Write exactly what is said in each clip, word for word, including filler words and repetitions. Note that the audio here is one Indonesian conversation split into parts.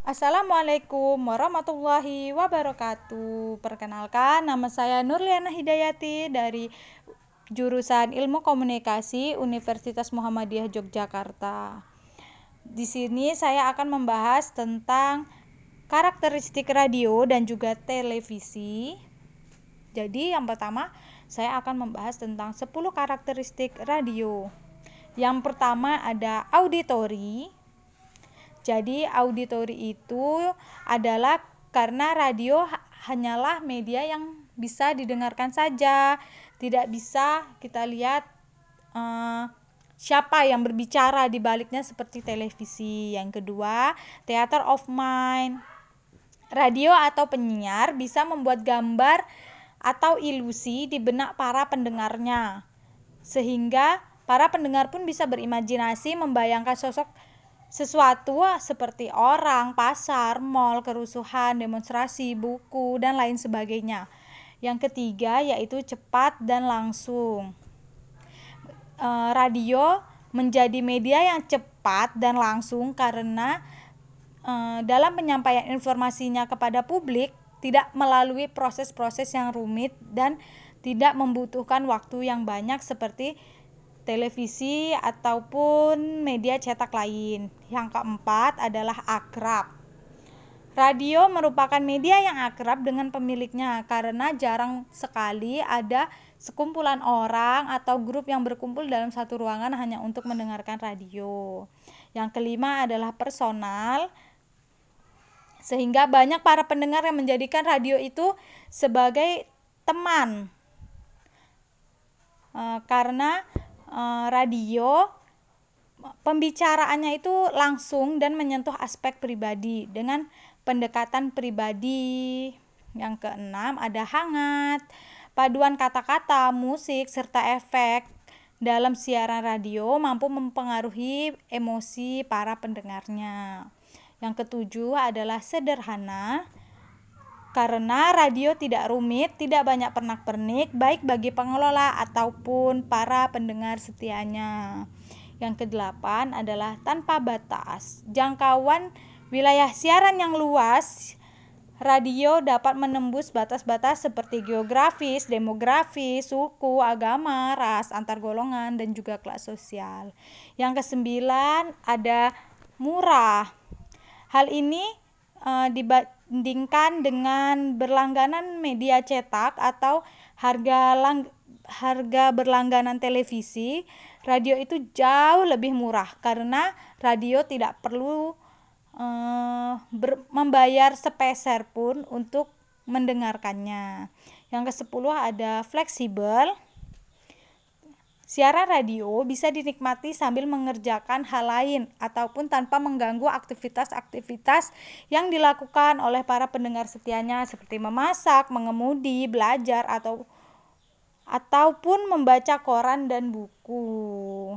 Assalamualaikum warahmatullahi wabarakatuh. Perkenalkan, nama saya Nurliana Hidayati dari jurusan Ilmu Komunikasi Universitas Muhammadiyah Yogyakarta. Di sini saya akan membahas tentang karakteristik radio dan juga televisi. Jadi, yang pertama, saya akan membahas tentang sepuluh karakteristik radio. Yang pertama ada auditori. Jadi auditori itu adalah karena radio hanyalah media yang bisa didengarkan saja, tidak bisa kita lihat uh, siapa yang berbicara di baliknya seperti televisi. Yang kedua, theater of mind. Radio atau penyiar bisa membuat gambar atau ilusi di benak para pendengarnya, sehingga para pendengar pun bisa berimajinasi membayangkan sosok sesuatu seperti orang, pasar, mal, kerusuhan, demonstrasi, buku, dan lain sebagainya. Yang ketiga yaitu cepat dan langsung. E, radio menjadi media yang cepat dan langsung karena e, dalam penyampaian informasinya kepada publik tidak melalui proses-proses yang rumit dan tidak membutuhkan waktu yang banyak seperti televisi ataupun media cetak lain. Yang keempat adalah akrab. Radio merupakan media yang akrab dengan pemiliknya karena jarang sekali ada sekumpulan orang atau grup yang berkumpul dalam satu ruangan hanya untuk mendengarkan radio. Yang kelima adalah personal, sehingga banyak para pendengar yang menjadikan radio itu sebagai teman. E, karena radio pembicaraannya itu langsung dan menyentuh aspek pribadi dengan pendekatan pribadi. Yang keenam ada hangat. Paduan kata-kata, musik, serta efek dalam siaran radio mampu mempengaruhi emosi para pendengarnya. Yang ketujuh adalah sederhana. Karena radio tidak rumit, tidak banyak pernak-pernik, baik bagi pengelola ataupun para pendengar setianya. Yang kedelapan adalah tanpa batas. Jangkauan wilayah siaran yang luas, radio dapat menembus batas-batas seperti geografis, demografis, suku, agama, ras, antar golongan, dan juga kelas sosial. Yang kesembilan ada murah. Hal ini e, dibandingkan dengan berlangganan media cetak atau harga lang, harga berlangganan televisi, radio itu jauh lebih murah karena radio tidak perlu e, ber, membayar sepeser pun untuk mendengarkannya. Yang kesepuluh ada fleksibel. Siaran radio bisa dinikmati sambil mengerjakan hal lain ataupun tanpa mengganggu aktivitas-aktivitas yang dilakukan oleh para pendengar setianya seperti memasak, mengemudi, belajar atau ataupun membaca koran dan buku.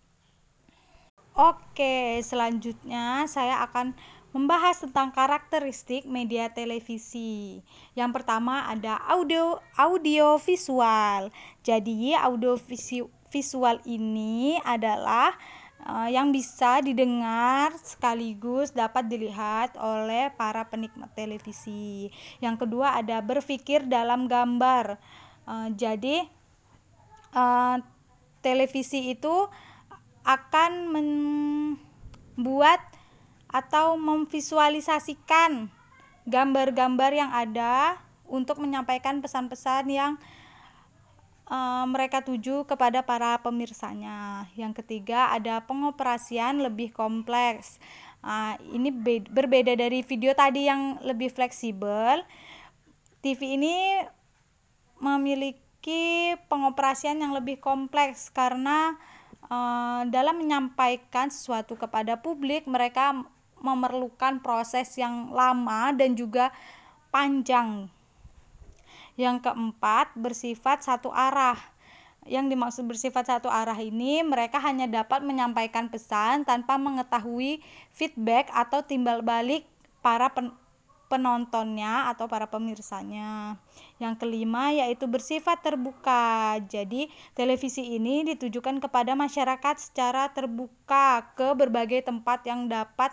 Oke, selanjutnya saya akan membahas tentang karakteristik media televisi. Yang pertama ada audio audio visual. Jadi audio visual ini adalah uh, yang bisa didengar sekaligus dapat dilihat oleh para penikmat televisi. Yang kedua ada berpikir dalam gambar. Uh, jadi uh, televisi itu akan membuat atau memvisualisasikan gambar-gambar yang ada untuk menyampaikan pesan-pesan yang e, mereka tuju kepada para pemirsanya. Yang ketiga ada pengoperasian lebih kompleks. E, ini be- berbeda dari video tadi yang lebih fleksibel. T V ini memiliki pengoperasian yang lebih kompleks karena e, dalam menyampaikan sesuatu kepada publik mereka memerlukan proses yang lama dan juga panjang. Yang keempat, bersifat satu arah. Yang dimaksud bersifat satu arah ini, mereka hanya dapat menyampaikan pesan tanpa mengetahui feedback atau timbal balik para pen- penontonnya atau para pemirsanya. Yang kelima yaitu bersifat terbuka. Jadi televisi ini ditujukan kepada masyarakat secara terbuka ke berbagai tempat yang dapat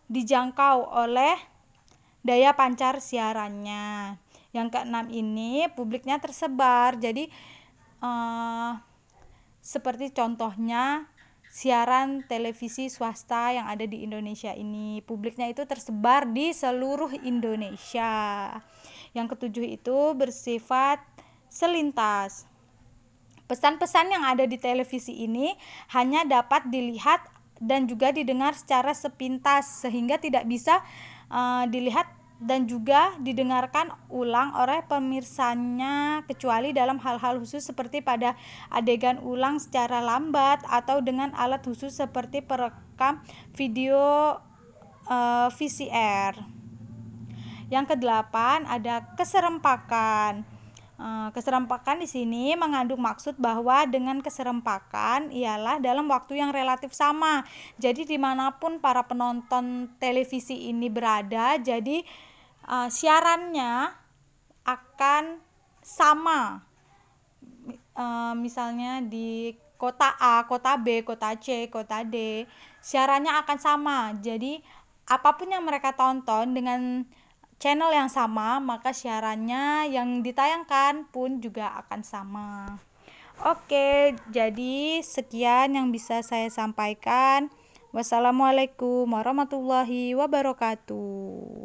dijangkau oleh daya pancar siarannya. Yang keenam ini publiknya tersebar. Jadi eh, seperti contohnya siaran televisi swasta yang ada di Indonesia ini, publiknya itu tersebar di seluruh Indonesia. Yang ketujuh itu bersifat selintas. Pesan-pesan yang ada di televisi ini hanya dapat dilihat dan juga didengar secara sepintas, sehingga tidak bisa uh, dilihat dan juga didengarkan ulang oleh pemirsanya, kecuali dalam hal-hal khusus seperti pada adegan ulang secara lambat atau dengan alat khusus seperti perekam video uh, V C R. Yang kedelapan ada keserempakan. Keserempakan di sini mengandung maksud bahwa dengan keserempakan ialah dalam waktu yang relatif sama. Jadi dimanapun para penonton televisi ini berada, jadi uh, siarannya akan sama. Uh, misalnya di kota A, kota B, kota C, kota D, siarannya akan sama. Jadi apapun yang mereka tonton dengan channel yang sama, maka siarannya yang ditayangkan pun juga akan sama. Oke, jadi sekian yang bisa saya sampaikan. Wassalamualaikum warahmatullahi wabarakatuh.